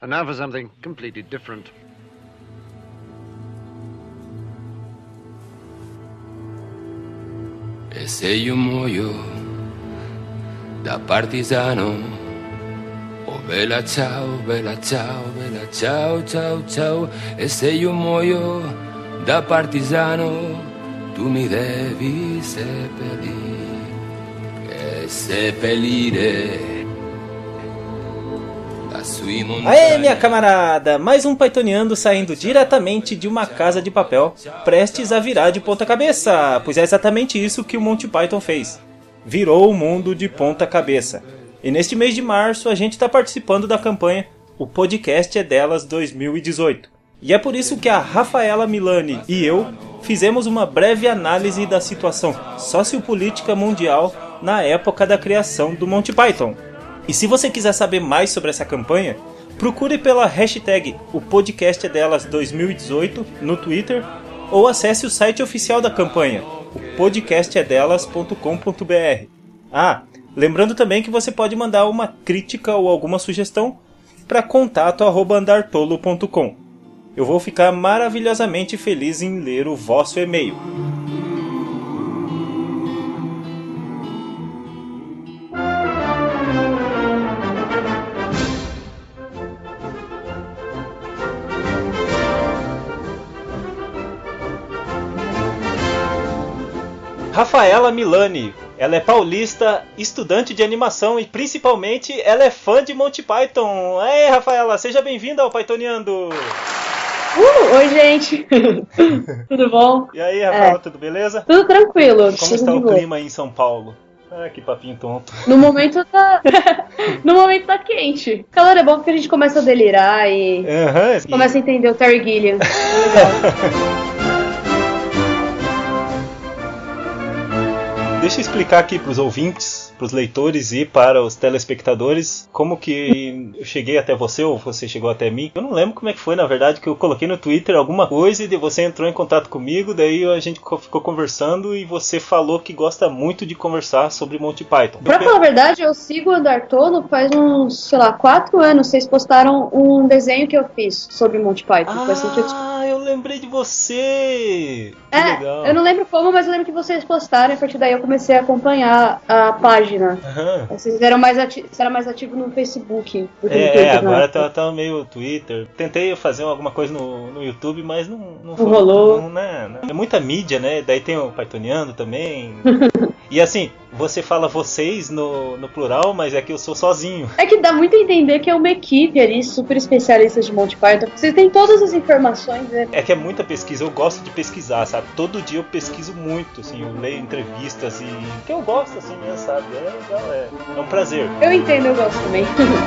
And now for something completely different. E se io muoio da partigiano, oh bella ciao, bella ciao, bella ciao, ciao, ciao. E se io muoio da partigiano, tu mi devi seppellire, e seppellire. Aê, minha camarada! Mais um Pythoniando saindo diretamente de uma casa de papel, prestes a virar de ponta cabeça, pois é exatamente isso que o Monty Python fez. Virou o mundo de ponta cabeça. E neste mês de março a gente está participando da campanha O Podcast é Delas 2018. E é por isso que a Rafaela Milani e eu fizemos uma breve análise da situação sociopolítica mundial na época da criação do Monty Python. E se você quiser saber mais sobre essa campanha, procure pela hashtag O Podcast é Delas 2018 no Twitter ou acesse o site oficial da campanha, o podcastedelas.com.br. Ah, lembrando também que você pode mandar uma crítica ou alguma sugestão para contato@andartolo.com. Eu vou ficar maravilhosamente feliz em ler o vosso e-mail. Rafaela Milani, ela é paulista, estudante de animação e principalmente ela é fã de Monty Python. Ei, Rafaela, seja bem-vinda ao Pythoniando! Oi, gente! Tudo bom? E aí, Rafaela, tudo beleza? Tudo tranquilo. Como está o clima aí em São Paulo? Ah, que papinho tonto. No momento tá... no momento tá quente. O calor é bom porque a gente começa a delirar e começa a entender o Terry Gilliam. Legal. Deixa eu explicar aqui para os ouvintes, para os leitores e para os telespectadores como que eu cheguei até você ou você chegou até mim. Eu não lembro como é que foi, na verdade, que eu coloquei no Twitter alguma coisa e você entrou em contato comigo, daí a gente ficou conversando e você falou que gosta muito de conversar sobre Monty Python. Pra falar a verdade, eu sigo o Andartolo faz uns, 4 anos. Vocês postaram um desenho que eu fiz sobre Monty Python. Eu lembrei de você! Que legal. Eu não lembro como, mas eu lembro que vocês postaram e a partir daí eu comecei a acompanhar a página. Vocês eram mais ativo no Facebook do que no Twitter. Agora tá meio Twitter. Tentei fazer alguma coisa no YouTube, mas não rolou. É muita mídia, né? Daí tem o Pythoniando também. E assim, você fala vocês no plural, mas é que eu sou sozinho. É que dá muito a entender que é uma equipe ali, super especialistas de Monty Python. Vocês têm todas as informações, né? É que é muita pesquisa, eu gosto de pesquisar, sabe? Todo dia eu pesquiso muito, assim, eu leio entrevistas e... que eu gosto, assim, mesmo, sabe? É legal, é um prazer. Eu entendo, eu gosto também.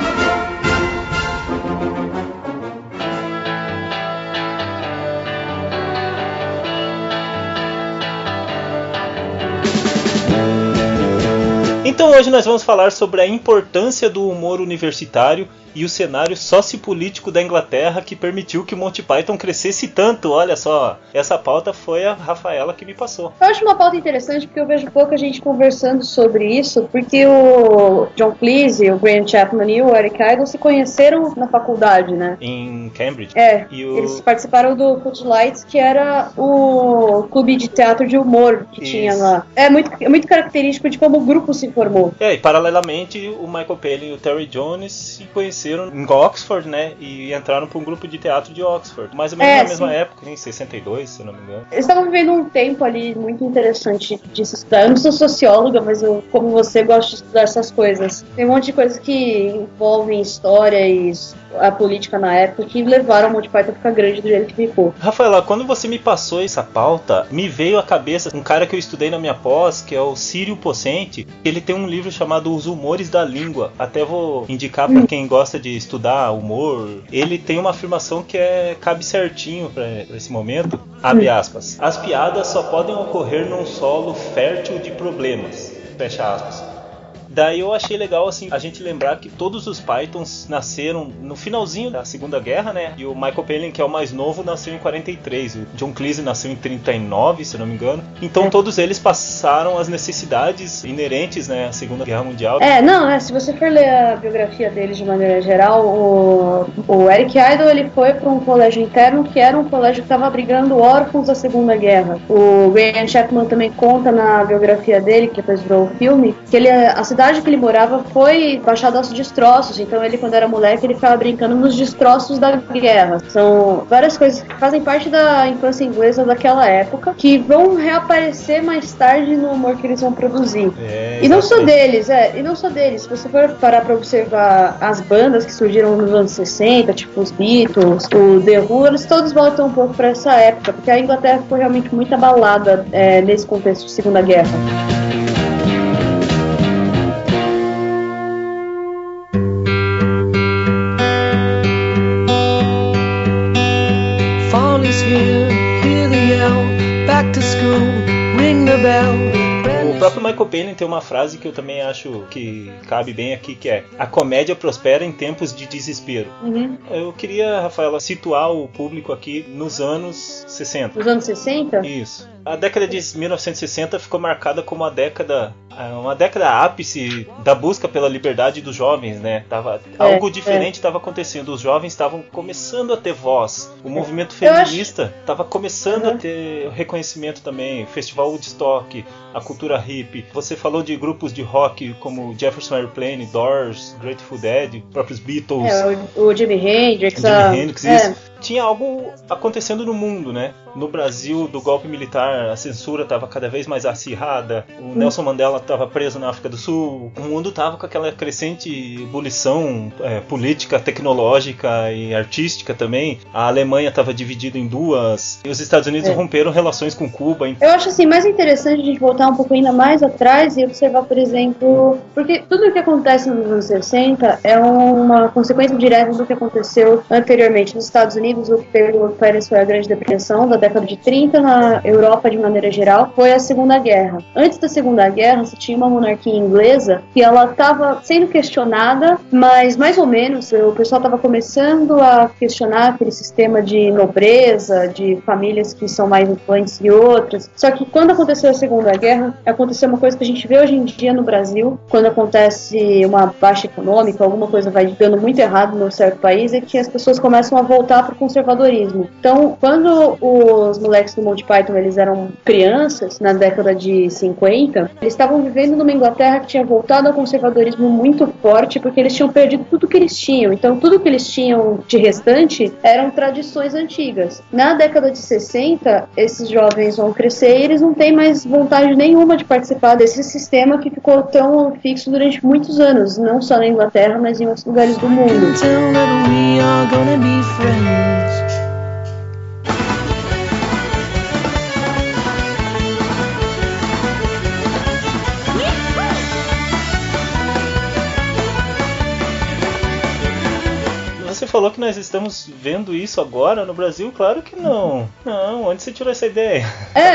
Então hoje nós vamos falar sobre a importância do humor universitário e o cenário sociopolítico da Inglaterra que permitiu que o Monty Python crescesse tanto. Olha só, essa pauta foi a Rafaela que me passou. Eu acho uma pauta interessante porque eu vejo pouca gente conversando sobre isso, porque o John Cleese, o Graham Chapman e o Eric Idle se conheceram na faculdade, né? Em Cambridge. Eles participaram do Footlights, que era o clube de teatro de humor que tinha lá. É muito característico de como o grupo se formou. E paralelamente o Michael Palin e o Terry Jones se conheceram em Oxford, né? E entraram para um grupo de teatro de Oxford. Mais ou menos na mesma época, em 62, se não me engano. Eles estavam vivendo um tempo ali muito interessante de se estudar. Eu não sou socióloga, mas eu, como você, gosto de estudar essas coisas. Tem um monte de coisas que envolvem história e a política na época que levaram o Monty Python a ficar grande do jeito que ficou. Rafaela, quando você me passou essa pauta, me veio à cabeça um cara que eu estudei na minha pós, que é o Círio Pocente. Ele tem um livro chamado Os Humores da Língua. Até vou indicar para quem gosta de estudar humor. Ele tem uma afirmação que cabe certinho para esse momento. Abre aspas. As piadas só podem ocorrer num solo fértil de problemas. Fecha aspas. Daí eu achei legal, assim, a gente lembrar que todos os Pythons nasceram no finalzinho da Segunda Guerra, né? E o Michael Palin, que é o mais novo, nasceu em 43. O John Cleese nasceu em 39, se não me engano. Então todos eles passaram as necessidades inerentes, né, à Segunda Guerra Mundial. Se você for ler a biografia deles de maneira geral, o Eric Idle, ele foi para um colégio interno que era um colégio que estava abrigando órfãos da Segunda Guerra. O Graham Chapman também conta na biografia dele, que depois virou o filme, que a cidade que ele morava foi baixada aos destroços. Então ele, quando era moleque, ele ficava brincando nos destroços da guerra. São várias coisas que fazem parte da infância inglesa daquela época, que vão reaparecer mais tarde no humor que eles vão produzir. E não só deles, se você for parar pra observar as bandas que surgiram nos anos 60, tipo os Beatles, o The Who, eles todos voltam um pouco pra essa época, porque a Inglaterra foi realmente muito abalada nesse contexto de Segunda Guerra. Fall is here, hear the yell, back to school, ring the bell. O próprio Michael Palin tem uma frase que eu também acho que cabe bem aqui, que é: a comédia prospera em tempos de desespero. Eu queria, Rafaela, situar o público aqui nos anos 60. Nos anos 60? Isso. A década de 1960 ficou marcada como uma década ápice da busca pela liberdade dos jovens, né? Algo diferente estava acontecendo. Os jovens estavam começando a ter voz. O movimento feminista estava começando a ter reconhecimento também. O Festival Woodstock, a cultura hippie. Você falou de grupos de rock como Jefferson Airplane, Doors, Grateful Dead, próprios Beatles. O Jimi Hendrix. Isso. Tinha algo acontecendo no mundo, né? No Brasil, do golpe militar, a censura estava cada vez mais acirrada. O Nelson Mandela estava preso na África do Sul. O mundo estava com aquela crescente ebulição política, tecnológica e artística também. A Alemanha estava dividida em duas. E os Estados Unidos romperam relações com Cuba. Eu acho assim, mais interessante a gente voltar um pouco ainda mais atrás e observar, por exemplo, porque tudo o que acontece nos anos 60 é uma consequência direta do que aconteceu anteriormente nos Estados Unidos. O que foi a Grande Depressão da década de 30, na Europa de maneira geral, foi a Segunda Guerra. Antes da Segunda Guerra, se tinha uma monarquia inglesa que ela estava sendo questionada, mas mais ou menos o pessoal estava começando a questionar aquele sistema de nobreza, de famílias que são mais influentes que outras. Só que quando aconteceu a Segunda Guerra, aconteceu uma coisa que a gente vê hoje em dia no Brasil, quando acontece uma baixa econômica, alguma coisa vai dando muito errado num certo país, é que as pessoas começam a voltar para o conservadorismo. Então, quando os moleques do Monty Python eles eram crianças, na década de 50, eles estavam vivendo numa Inglaterra que tinha voltado ao conservadorismo muito forte, porque eles tinham perdido tudo que eles tinham. Então, tudo que eles tinham de restante eram tradições antigas. Na década de 60, esses jovens vão crescer e eles não têm mais vontade nenhuma de participar desse sistema que ficou tão fixo durante muitos anos, não só na Inglaterra, mas em outros lugares do mundo. Você falou que nós estamos vendo isso agora no Brasil? Claro que não. Não, onde você tirou essa ideia?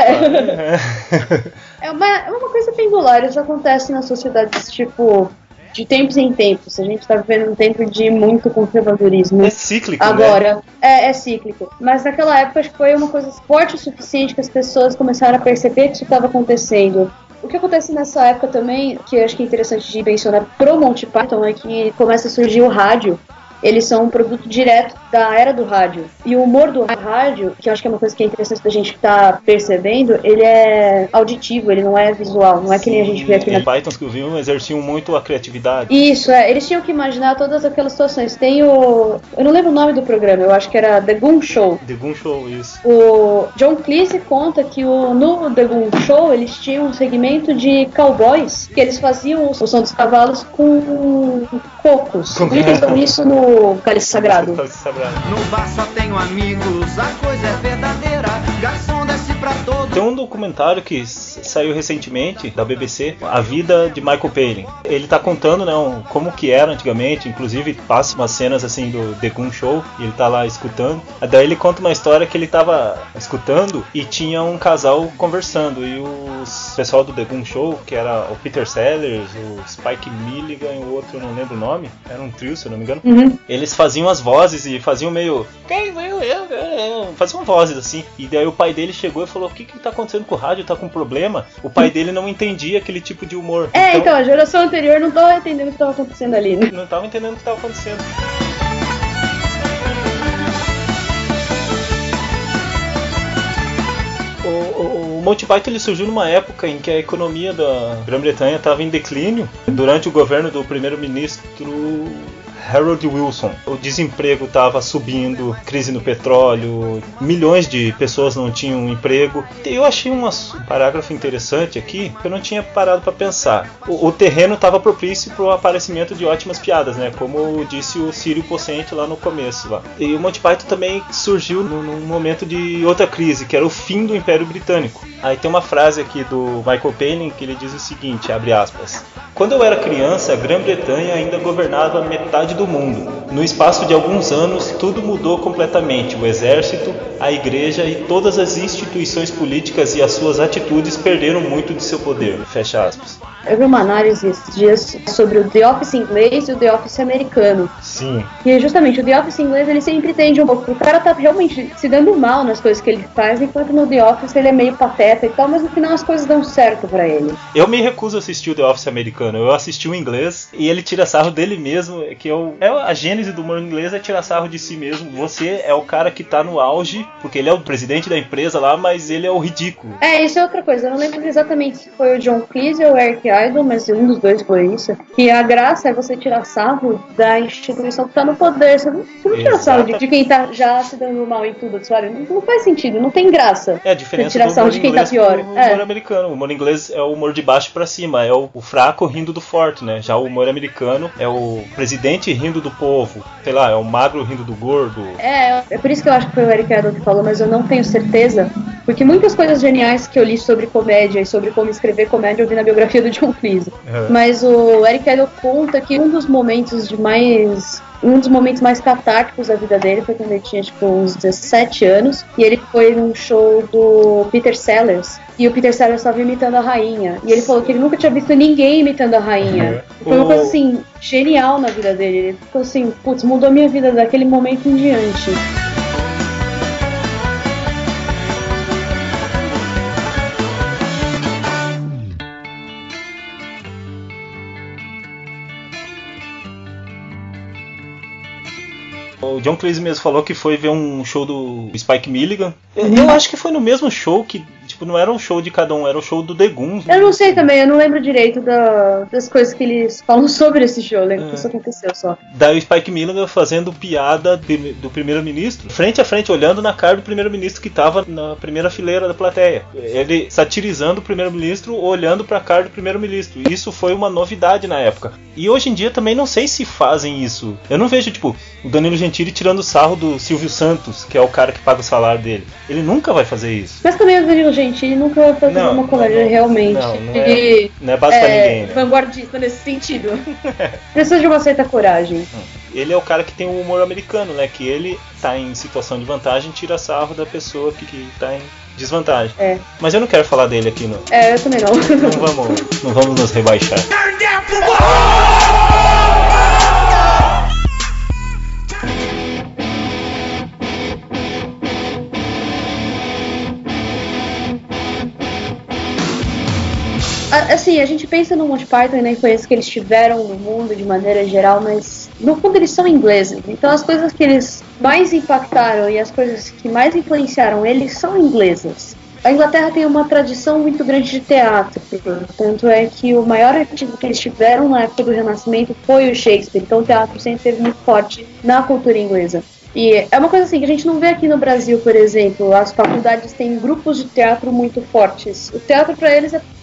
É uma coisa pendular, isso acontece nas sociedades, tipo, de tempos em tempos. A gente tá vivendo um tempo de muito conservadorismo. É cíclico, agora, né? É cíclico. Mas naquela época acho que foi uma coisa forte o suficiente que as pessoas começaram a perceber que isso estava acontecendo. O que acontece nessa época também, que eu acho que é interessante de mencionar pro Monty Python, é que começa a surgir o rádio. Eles são um produto direto da era do rádio. E o humor do rádio, que eu acho que é uma coisa que é interessante da gente estar percebendo, ele é auditivo, ele não é visual, não é que nem a gente vê aqui na... Os Pythons que eu vi exerciam muito a criatividade. Isso, eles tinham que imaginar todas aquelas situações. Tem eu não lembro o nome do programa, eu acho que era The Goon Show. The Goon Show, isso. O John Cleese conta que no The Goon Show eles tinham um segmento de cowboys, que eles faziam o som dos cavalos com cocos. Eles usam isso no Cálice Sagrado. No bar só tenho amigos, a coisa é verdadeira. Garçom desce pra todos. Tem um documentário que saiu recentemente da BBC, A Vida de Michael Palin. Ele tá contando, né, como que era antigamente, inclusive passa umas cenas assim do The Goon Show, e ele tá lá escutando. Daí ele conta uma história que ele tava escutando e tinha um casal conversando, e o pessoal do The Goon Show, que era o Peter Sellers, o Spike Milligan e o outro, eu não lembro o nome, era um trio, se eu não me engano, eles faziam as vozes e faziam meio... faziam vozes assim, e daí o pai dele chegou e falou: o que tá acontecendo com o rádio, tá com problema? O pai dele não entendia aquele tipo de humor. Então a geração anterior não tava entendendo o que tava acontecendo ali, né? Não tava entendendo o que tava acontecendo. O Monty Python ele surgiu numa época em que a economia da Grã-Bretanha estava em declínio, durante o governo do primeiro-ministro Harold Wilson. O desemprego estava subindo, crise no petróleo, milhões de pessoas não tinham emprego. Eu achei um parágrafo interessante aqui que eu não tinha parado para pensar. O terreno estava propício para o aparecimento de ótimas piadas, né? Como disse o Círio Pocente lá no começo. Lá. E o Monty Python também surgiu num momento de outra crise, que era o fim do Império Britânico. Aí tem uma frase aqui do Michael Palin que ele diz o seguinte, abre aspas: quando eu era criança, a Grã-Bretanha ainda governava metade do mundo. No espaço de alguns anos, tudo mudou completamente. O exército, a igreja e todas as instituições políticas e as suas atitudes perderam muito de seu poder. Fecha aspas. Eu vi uma análise esses dias sobre o The Office inglês e o The Office americano. Sim. E justamente o The Office inglês, ele sempre tende um pouco. O cara tá realmente se dando mal nas coisas que ele faz, enquanto no The Office ele é meio pateta e tal, mas no final as coisas dão certo pra ele. Eu me recuso a assistir o The Office americano. Eu assisti o inglês e ele tira sarro dele mesmo, que a gênese do humor inglês é tirar sarro de si mesmo. Você é o cara que tá no auge, porque ele é o presidente da empresa lá, mas ele é o ridículo. Isso é outra coisa. Eu não lembro exatamente se foi o John Cleese ou o Eric Idle, mas um dos dois foi isso. Que a graça é você tirar sarro da instituição que tá no poder. Você não tira sarro de quem tá já se dando mal em tudo, sabe? Não faz sentido, não tem graça. É a diferença tirar do sarro humor de quem tá pior. O humor americano. O humor inglês é o humor de baixo pra cima, é o fraco rindo do forte, né? Já o humor americano é o presidente rindo do povo, sei lá, é o magro rindo do gordo. É por isso que eu acho que foi o Eric Idle que falou, mas eu não tenho certeza, porque muitas coisas geniais que eu li sobre comédia e sobre como escrever comédia eu vi na biografia do John Cleese. Mas o Eric Idle conta que um dos momentos mais catárticos da vida dele foi quando ele tinha uns 17 anos, e ele foi num show do Peter Sellers, e o Peter Sellers estava imitando a rainha, e ele falou que ele nunca tinha visto ninguém imitando a rainha. Foi uma coisa assim, genial na vida dele. Ele ficou assim, putz, mudou minha vida daquele momento em diante. O John Cleese mesmo falou que foi ver um show do Spike Milligan. Eu acho que foi no mesmo show que, tipo, não era um show de cada um, era o show do The Goons. Eu não sei também, eu não lembro direito das coisas que eles falam sobre esse show, lembro que isso aconteceu só. Daí o Spike Milligan fazendo piada do primeiro-ministro, frente a frente, olhando na cara do primeiro-ministro que tava na primeira fileira da plateia. Ele satirizando o primeiro-ministro, olhando pra cara do primeiro-ministro. Isso foi uma novidade na época. E hoje em dia também não sei se fazem isso. Eu não vejo, tipo, o Danilo Gentili tirando sarro do Silvio Santos, que é o cara que paga o salário dele. Ele nunca vai fazer isso. Mas também o Danilo Gentili nunca vai fazer uma comédia realmente. Não é base pra ninguém, né? Vanguardista nesse sentido. Precisa de uma certa coragem. Ele é o cara que tem o humor americano, né? Que ele tá em situação de vantagem, tira sarro da pessoa que tá em desvantagem. Mas eu não quero falar dele aqui, não. Eu também não. Não vamos nos rebaixar. Assim, a gente pensa no Monty Python e na influência que eles tiveram no mundo de maneira geral, mas no fundo eles são ingleses. Então as coisas que eles mais impactaram e as coisas que mais influenciaram eles são inglesas. A Inglaterra tem uma tradição muito grande de teatro, tanto é que o maior artista que eles tiveram na época do Renascimento foi o Shakespeare, então o teatro sempre esteve muito forte na cultura inglesa. E é uma coisa assim que a gente não vê aqui no Brasil, por exemplo. As faculdades têm grupos de teatro muito fortes. O teatro para eles é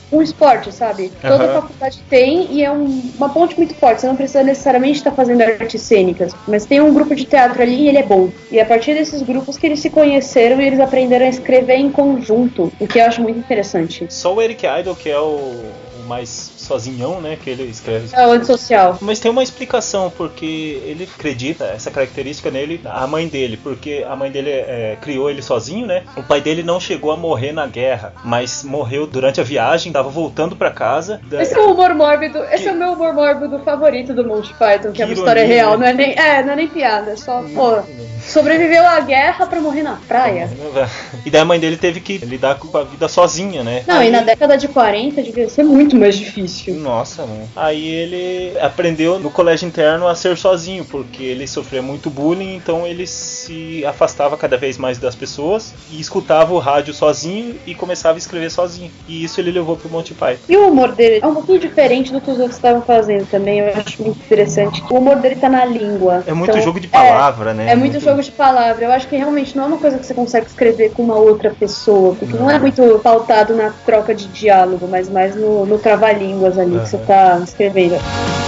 um esporte, sabe? Toda faculdade tem e é uma ponte muito forte. Você não precisa necessariamente estar fazendo artes cênicas, mas tem um grupo de teatro ali e ele é bom. E é a partir desses grupos que eles se conheceram e eles aprenderam a escrever em conjunto, o que eu acho muito interessante. Só o Eric Idle, que é o mais sozinhão, né, que ele escreve. É o antissocial. Mas tem uma explicação, porque ele acredita essa característica nele, a mãe dele, porque a mãe dele criou ele sozinho, né? O pai dele não chegou a morrer na guerra, mas morreu durante a viagem, tava voltando pra casa. Esse é o humor mórbido, esse é o meu humor mórbido favorito do Monty Python, que é uma história real, não é nem piada, é só, pô, sobreviveu à guerra pra morrer na praia. E daí a mãe dele teve que lidar com a vida sozinha, né? Não, e na década de 40 devia ser muito mais difícil. Nossa, mano. Aí ele aprendeu no colégio interno a ser sozinho, porque ele sofria muito bullying, então ele se afastava cada vez mais das pessoas e escutava o rádio sozinho e começava a escrever sozinho. E isso ele levou pro Monty Python. E o humor dele é um pouquinho diferente do que os outros estavam fazendo também, eu acho muito interessante. O humor dele tá na língua. É muito jogo de palavra, né? É muito jogo de palavra. Eu acho que realmente não é uma coisa que você consegue escrever com uma outra pessoa, porque não é muito pautado na troca de diálogo, mas mais no trava-línguas ali que você tá escrevendo.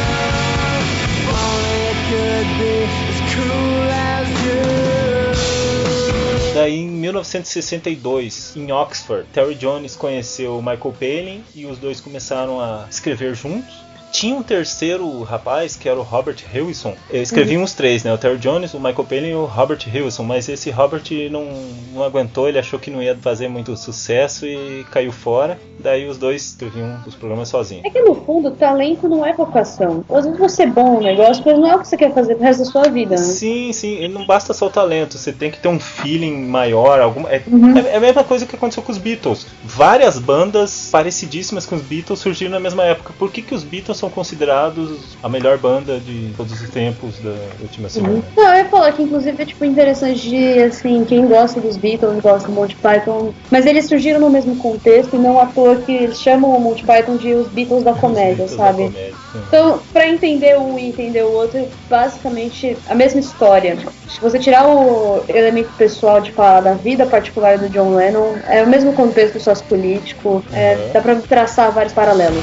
Daí em 1962, em Oxford, Terry Jones conheceu Michael Palin e os dois começaram a escrever juntos. Tinha um terceiro rapaz, que era o Robert Hewison. Escreviam os três, né? O Terry Jones, o Michael Palin e o Robert Hewison. Mas esse Robert não aguentou, ele achou que não ia fazer muito sucesso e caiu fora. Daí os dois escreviam os programas sozinhos. É que no fundo, talento não é vocação. Às vezes você é bom no negócio, mas não é o que você quer fazer pro resto da sua vida, né? Sim. Não basta só o talento. Você tem que ter um feeling maior. É a mesma coisa que aconteceu com os Beatles. Várias bandas parecidíssimas com os Beatles surgiram na mesma época. Por que os Beatles são considerados a melhor banda de todos os tempos da última semana? Não, eu ia falar que inclusive é tipo interessante de, assim, quem gosta dos Beatles, gosta do Monty Python, mas eles surgiram no mesmo contexto e não à toa que eles chamam o Monty Python de os Beatles da comédia, sabe? Então, pra entender um e entender o outro, basicamente a mesma história. Se você tirar o elemento pessoal de falar da vida particular do John Lennon, é o mesmo contexto sociopolítico, dá pra traçar vários paralelos.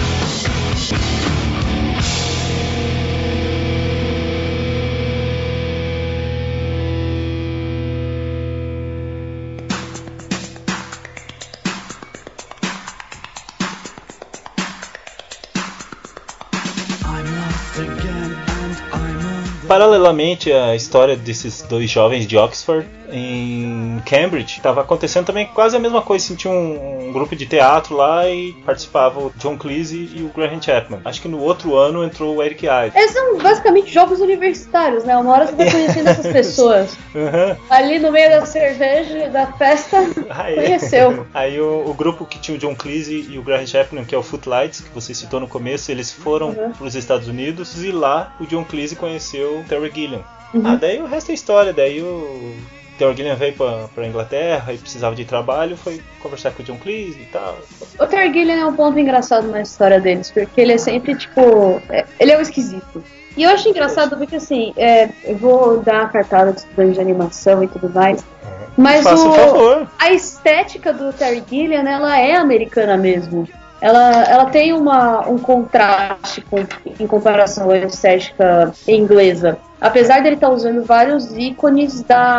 Paralelamente à história desses dois jovens de Oxford, em Cambridge, estava acontecendo também quase a mesma coisa. Tinha um grupo de teatro lá e participava o John Cleese e o Graham Chapman. Acho que no outro ano entrou o Eric Idle. Eles são basicamente jogos universitários, né? Uma hora você vai conhecendo essas pessoas. Ali no meio da cerveja, da festa, conheceu. Aí o grupo que tinha o John Cleese e o Graham Chapman, que é o Footlights, que você citou no começo, eles foram para os Estados Unidos e lá o John Cleese conheceu o Terry Gilliam. Daí o resto é história. Daí o Terry Gilliam veio pra Inglaterra e precisava de trabalho, foi conversar com o John Cleese e tal. O Terry Gilliam é um ponto engraçado na história deles, porque ele é sempre, tipo... ele é um esquisito. E eu acho engraçado porque, assim, eu vou dar uma cartada de estudante de animação e tudo mais, mas a estética do Terry Gilliam, ela é americana mesmo. Ela tem um contraste em comparação à estética inglesa. Apesar dele estar usando vários ícones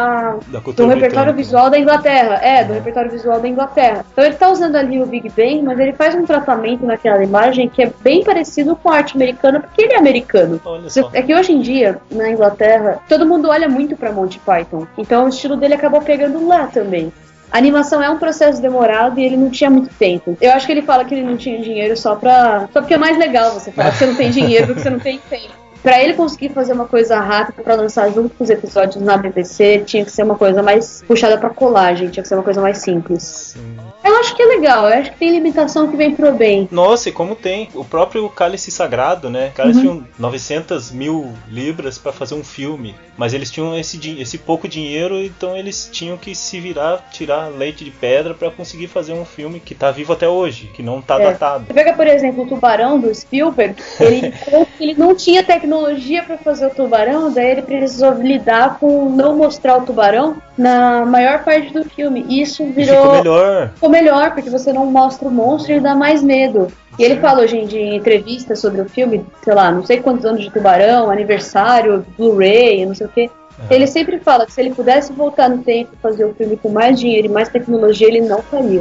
do repertório visual da Inglaterra. Do repertório visual da Inglaterra. Então ele está usando ali o Big Ben, mas ele faz um tratamento naquela imagem que é bem parecido com a arte americana, porque ele é americano. É que hoje em dia, na Inglaterra, todo mundo olha muito para Monty Python. Então o estilo dele acabou pegando lá também. A animação é um processo demorado e ele não tinha muito tempo. Eu acho que ele fala que ele não tinha dinheiro só porque é mais legal você falar que você não tem dinheiro do que você não tem tempo. Pra ele conseguir fazer uma coisa rápida pra lançar junto com os episódios na BBC, tinha que ser uma coisa mais puxada pra colagem, tinha que ser uma coisa mais simples. Sim. Eu acho que é legal, eu acho que tem limitação que vem pro bem. Nossa, e como tem o próprio Cálice Sagrado, né? Cálice tinham 900 mil libras pra fazer um filme, mas eles tinham esse pouco dinheiro, então eles tinham que se virar, tirar leite de pedra pra conseguir fazer um filme que tá vivo até hoje, que não tá datado. Você pega, por exemplo, o Tubarão do Spielberg, ele não tinha tecnologia pra fazer o tubarão, daí ele precisou lidar com não mostrar o tubarão na maior parte do filme. E isso virou... Ficou melhor. ficou melhor, porque você não mostra o monstro e dá mais medo. E ele fala hoje em entrevistas sobre o filme, sei lá, não sei quantos anos de Tubarão, aniversário, Blu-ray, não sei o quê. Ele sempre fala que se ele pudesse voltar no tempo e fazer o filme com mais dinheiro e mais tecnologia, ele não faria.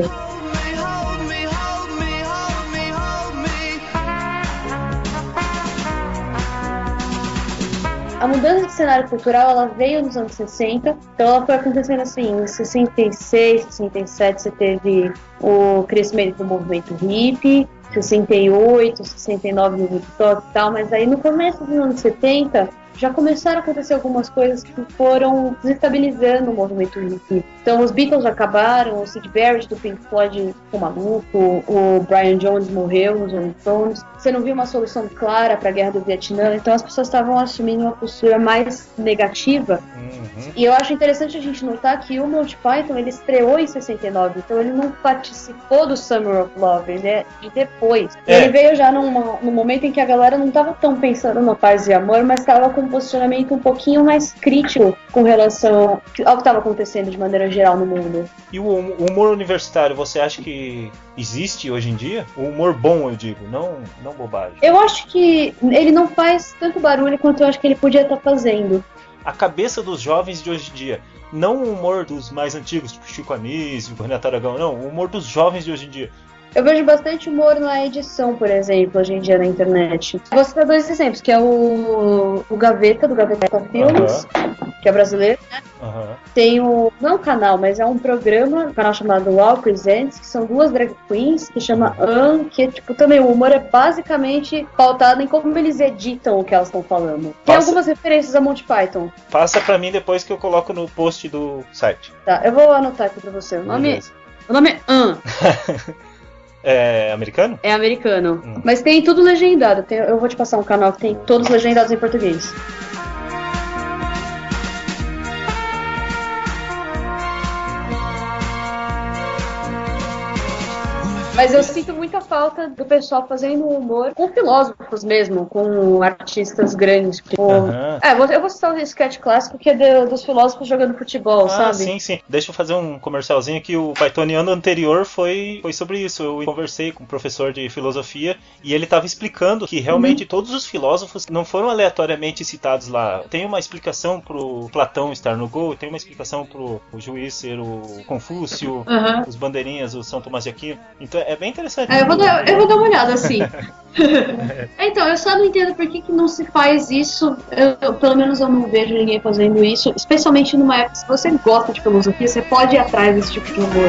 A mudança de cenário cultural, ela veio nos anos 60, então ela foi acontecendo assim, em 66, 67 você teve o crescimento do movimento hippie, 68, 69 no Woodstock e tal, mas aí no começo dos anos 70 já começaram a acontecer algumas coisas que foram desestabilizando o movimento hippie. Então os Beatles acabaram, o Syd Barrett do Pink Floyd ficou maluco, o Brian Jones morreu nos Rolling Stones. Você não viu uma solução clara para a guerra do Vietnã, então as pessoas estavam assumindo uma postura mais negativa. E eu acho interessante a gente notar que o Monty Python, ele estreou em 69, então ele não participou do Summer of Love, ele é de depois. Ele veio já num momento em que a galera não estava tão pensando na paz e amor, mas estava com um posicionamento um pouquinho mais crítico com relação ao que estava acontecendo de maneira geral no mundo. E o humor universitário, você acha que existe hoje em dia? O humor bom, eu digo, não bobagem. Eu acho que ele não faz tanto barulho quanto eu acho que ele podia estar fazendo. A cabeça dos jovens de hoje em dia, não o humor dos mais antigos, tipo Chico Anísio, Renato Aragão, não, o humor dos jovens de hoje em dia. Eu vejo bastante humor na edição, por exemplo, hoje em dia na internet. Vou citar dois exemplos, que é o Gaveta, do Gaveta Filmes, que é brasileiro, né? Tem não é um canal, mas é um programa, um canal chamado Wow Presents, que são duas drag queens, que chama que é, tipo, também o humor é basicamente pautado em como eles editam o que elas estão falando. Tem algumas referências a Monty Python. Passa pra mim depois que eu coloco no post do site. Tá, eu vou anotar aqui pra você. O nome é É americano? É americano. Mas tem tudo legendado. Eu vou te passar um canal que tem todos legendados em português. Mas eu sinto muita falta do pessoal fazendo humor com filósofos mesmo, com artistas grandes. Tipo... eu vou citar o sketch clássico que é dos filósofos jogando futebol, sabe? Sim. Deixa eu fazer um comercialzinho aqui. O Pythoniano anterior foi sobre isso. Eu conversei com um professor de filosofia e ele estava explicando que realmente todos os filósofos não foram aleatoriamente citados lá. Tem uma explicação pro Platão estar no gol, tem uma explicação pro juiz ser o Confúcio, os bandeirinhas, o São Tomás de Aquino. Então é bem interessante. Eu vou dar uma olhada, assim. Então, eu só não entendo por que não se faz isso. Pelo menos eu não vejo ninguém fazendo isso. Especialmente numa época, se você gosta de filosofia, você pode ir atrás desse tipo de humor.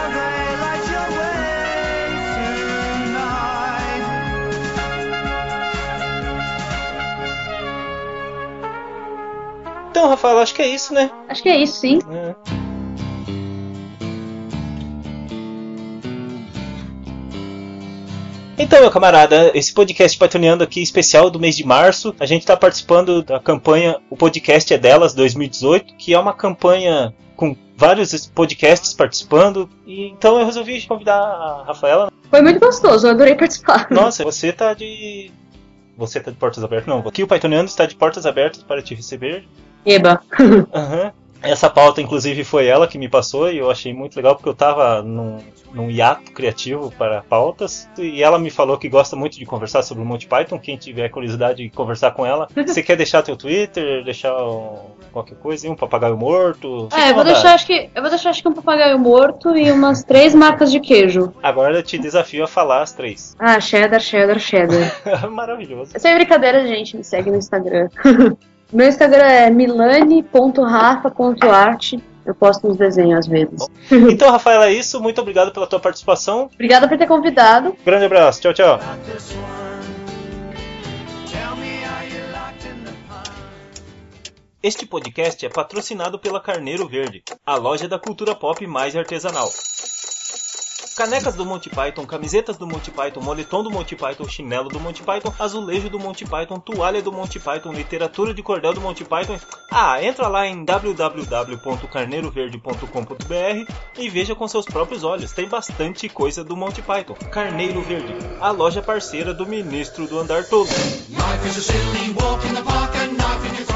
Então, Rafael, acho que é isso, né? Acho que é isso, sim. Então, meu camarada, esse podcast Pythoniano aqui especial do mês de março, a gente está participando da campanha O Podcast é Delas 2018, que é uma campanha com vários podcasts participando, e então eu resolvi convidar a Rafaela. Foi muito gostoso, eu adorei participar. Nossa, você tá de portas abertas? Não, aqui o Pythoniano está de portas abertas para te receber. Eba. Essa pauta, inclusive, foi ela que me passou e eu achei muito legal porque eu tava num hiato criativo para pautas e ela me falou que gosta muito de conversar sobre o Monty Python. Quem tiver curiosidade de conversar com ela, você quer deixar teu Twitter, deixar qualquer coisa, um papagaio morto? Eu vou deixar acho que um papagaio morto e umas 3 marcas de queijo. Agora eu te desafio a falar as 3. Cheddar. Maravilhoso. Sem brincadeira, gente, me segue no Instagram. Meu Instagram é milane.rafa.art. Eu posto uns desenhos às vezes. Então, Rafaela, é isso. Muito obrigado pela tua participação. Obrigada por ter convidado. Grande abraço. Tchau, tchau. Este podcast é patrocinado pela Carneiro Verde, a loja da cultura pop mais artesanal. Canecas do Monty Python, camisetas do Monty Python, moletom do Monty Python, chinelo do Monty Python, azulejo do Monty Python, toalha do Monty Python, literatura de cordel do Monty Python. Entra lá em www.carneiroverde.com.br e veja com seus próprios olhos. Tem bastante coisa do Monty Python. Carneiro Verde, a loja parceira do ministro do andar todo.